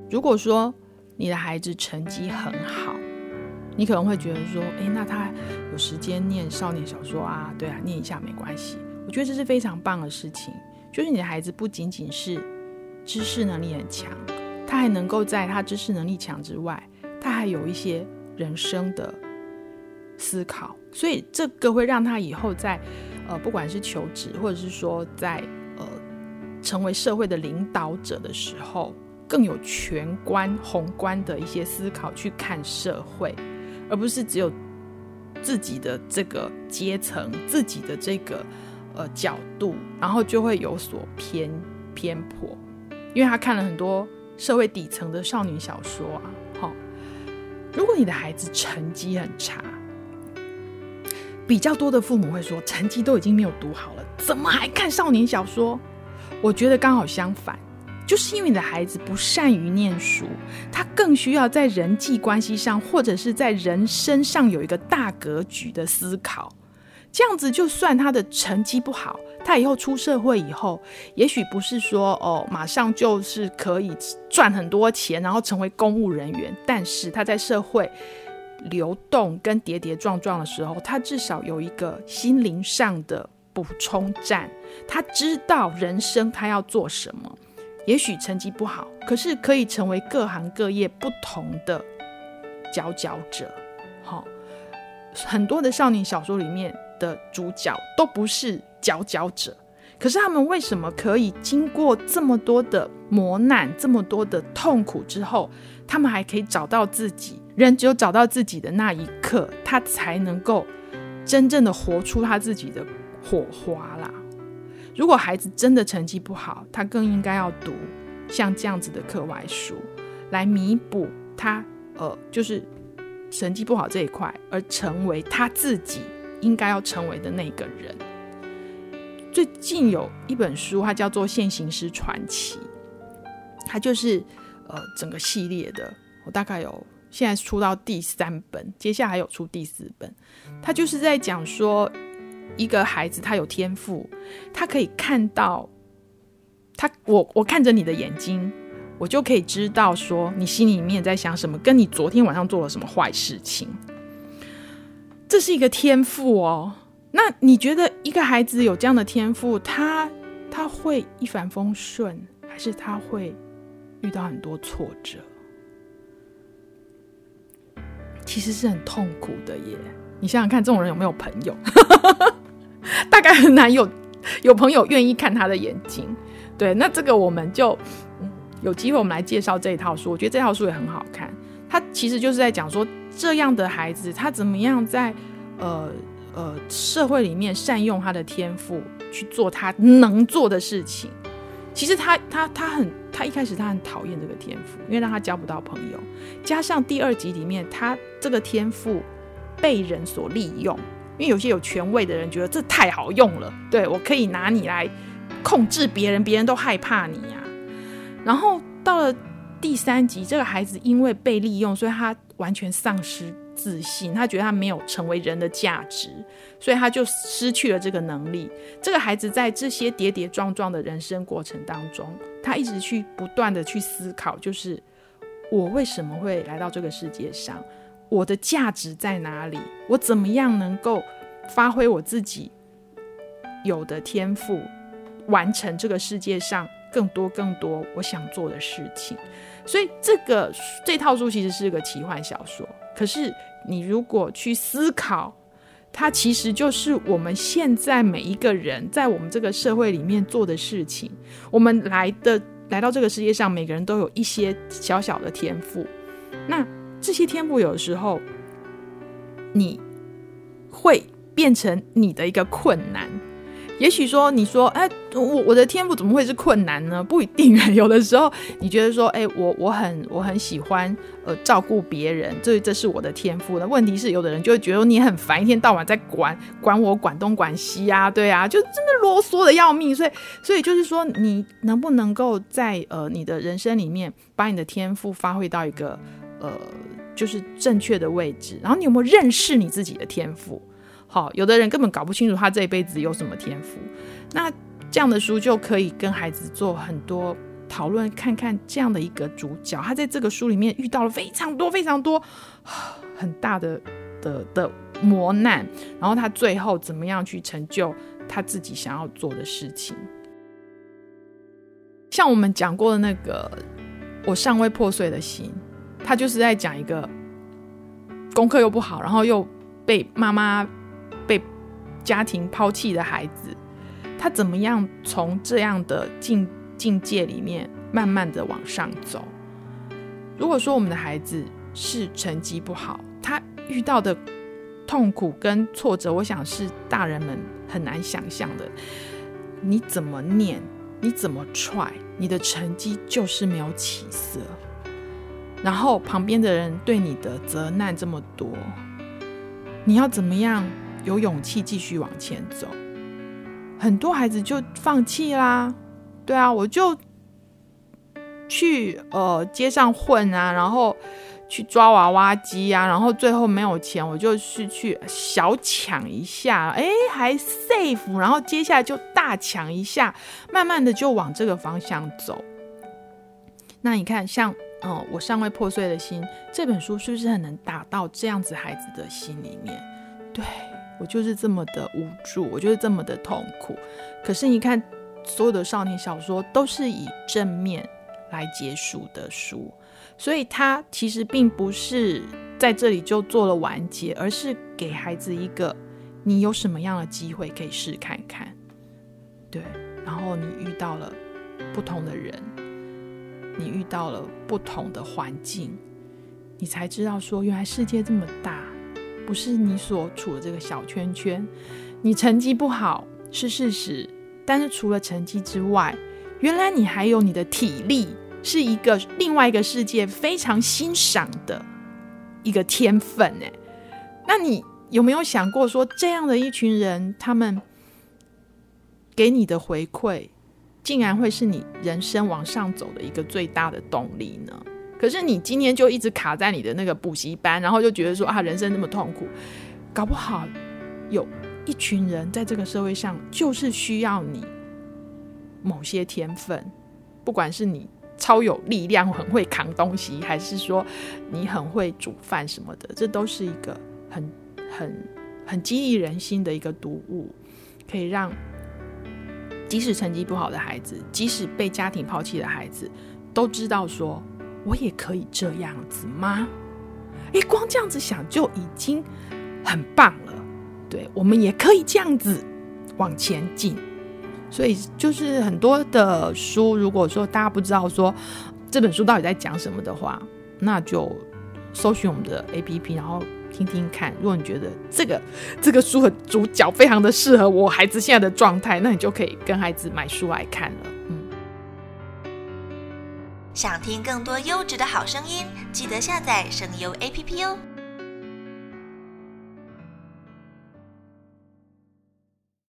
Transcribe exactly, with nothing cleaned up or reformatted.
如果说你的孩子成绩很好，你可能会觉得说，诶，那他有时间念少年小说啊，对啊，念一下没关系。我觉得这是非常棒的事情，就是你的孩子不仅仅是知识能力很强，他还能够在他知识能力强之外，他还有一些人生的思考，所以这个会让他以后在呃，不管是求职或者是说在呃成为社会的领导者的时候，更有全观宏观的一些思考去看社会，而不是只有自己的这个阶层，自己的这个呃角度，然后就会有所偏偏颇，因为他看了很多社会底层的少女小说啊。哦，如果你的孩子成绩很差，比较多的父母会说，成绩都已经没有读好了，怎么还看少年小说？我觉得刚好相反，就是因为你的孩子不善于念书，他更需要在人际关系上或者是在人生上有一个大格局的思考，这样子就算他的成绩不好，他以后出社会以后，也许不是说哦马上就是可以赚很多钱然后成为公务人员，但是他在社会流动跟跌跌撞撞的时候，他至少有一个心灵上的补充站，他知道人生他要做什么。也许成绩不好，可是可以成为各行各业不同的佼佼者。哦，很多的少年小说里面的主角都不是佼佼者，可是他们为什么可以经过这么多的磨难，这么多的痛苦之后，他们还可以找到自己？人只有找到自己的那一刻，他才能够真正的活出他自己的火花啦。如果孩子真的成绩不好，他更应该要读像这样子的课外书，来弥补他呃，就是成绩不好这一块，而成为他自己应该要成为的那个人。最近有一本书，它叫做《现行师传奇》，它就是呃整个系列的，我大概有现在出到第三本，接下来还有出第四本。它就是在讲说，一个孩子他有天赋，他可以看到他，我我看着你的眼睛，我就可以知道说你心里面在想什么，跟你昨天晚上做了什么坏事情。这是一个天赋哦。那你觉得一个孩子有这样的天赋，他他会一帆风顺，还是他会遇到很多挫折？其实是很痛苦的耶。你想想看，这种人有没有朋友？大概很难有有朋友愿意看他的眼睛。对，那这个我们就、嗯、有机会我们来介绍这一套书。我觉得这套书也很好看，它其实就是在讲说，这样的孩子他怎么样在呃呃社会里面善用他的天赋去做他能做的事情。其实他他他很他一开始他很讨厌这个天赋，因为让他交不到朋友，加上第二集里面他这个天赋被人所利用，因为有些有权位的人觉得这太好用了，对，我可以拿你来控制别人，别人都害怕你啊。然后到了第三集，这个孩子因为被利用，所以他完全丧失自信，他觉得他没有成为人的价值，所以他就失去了这个能力。这个孩子在这些跌跌撞撞的人生过程当中，他一直去不断的去思考，就是我为什么会来到这个世界上，我的价值在哪里，我怎么样能够发挥我自己有的天赋，完成这个世界上更多更多我想做的事情。所以这个这套书其实是个奇幻小说，可是你如果去思考，它其实就是我们现在每一个人在我们这个社会里面做的事情。我们来的来到这个世界上，每个人都有一些小小的天赋，那这些天赋有的时候你会变成你的一个困难。也许说你说哎，我我的天赋怎么会是困难呢？不一定。有的时候你觉得说哎，我我很我很喜欢呃照顾别人，这这是我的天赋。那问题是有的人就会觉得你很烦，一天到晚在管管我管东管西啊，对啊，就真的啰嗦的要命。所以所以就是说，你能不能够在呃你的人生里面把你的天赋发挥到一个呃就是正确的位置，然后你有没有认识你自己的天赋？好，有的人根本搞不清楚他这一辈子有什么天赋，那这样的书就可以跟孩子做很多讨论看看这样的一个主角，他在这个书里面遇到了非常多非常多很大的的的磨难，然后他最后怎么样去成就他自己想要做的事情。像我们讲过的那个我尚未破碎的心，他就是在讲一个功课又不好，然后又被妈妈被家庭抛弃的孩子，他怎么样从这样的 境, 境界里面慢慢的往上走。如果说我们的孩子是成绩不好，他遇到的痛苦跟挫折，我想是大人们很难想象的。你怎么念，你怎么try，你的成绩就是没有起色，然后旁边的人对你的责难这么多，你要怎么样有勇气继续往前走？很多孩子就放弃啦，对啊，我就去呃街上混啊，然后去抓娃娃机啊，然后最后没有钱，我就是去小抢一下，哎，还 safe， 然后接下来就大抢一下，慢慢的就往这个方向走。那你看像呃我尚未破碎的心这本书是不是很能打到这样子孩子的心里面？对，我就是这么的无助，我就是这么的痛苦。可是你看所有的少年小说都是以正面来结束的书，所以它其实并不是在这里就做了完结，而是给孩子一个你有什么样的机会可以试看看。对，然后你遇到了不同的人，你遇到了不同的环境，你才知道说原来世界这么大，不是你所处的这个小圈圈。你成绩不好是事实，但是除了成绩之外，原来你还有你的体力，是一个另外一个世界非常欣赏的一个天分耶。那你有没有想过说这样的一群人，他们给你的回馈竟然会是你人生往上走的一个最大的动力呢？可是你今天就一直卡在你的那个补习班，然后就觉得说啊，人生那么痛苦。搞不好有一群人在这个社会上就是需要你某些天分，不管是你超有力量很会扛东西，还是说你很会煮饭什么的，这都是一个很很很激励人心的一个读物，可以让即使成绩不好的孩子，即使被家庭抛弃的孩子，都知道说我也可以这样子吗？诶，光这样子想就已经很棒了。对，我们也可以这样子往前进。所以就是很多的书，如果说大家不知道说这本书到底在讲什么的话，那就搜寻我们的 A P P， 然后听听看。如果你觉得这个这个书的主角非常的适合我孩子现在的状态，那你就可以跟孩子买书来看了。嗯， 想听更多优质的好声音，记得下载声优 A P P 哦。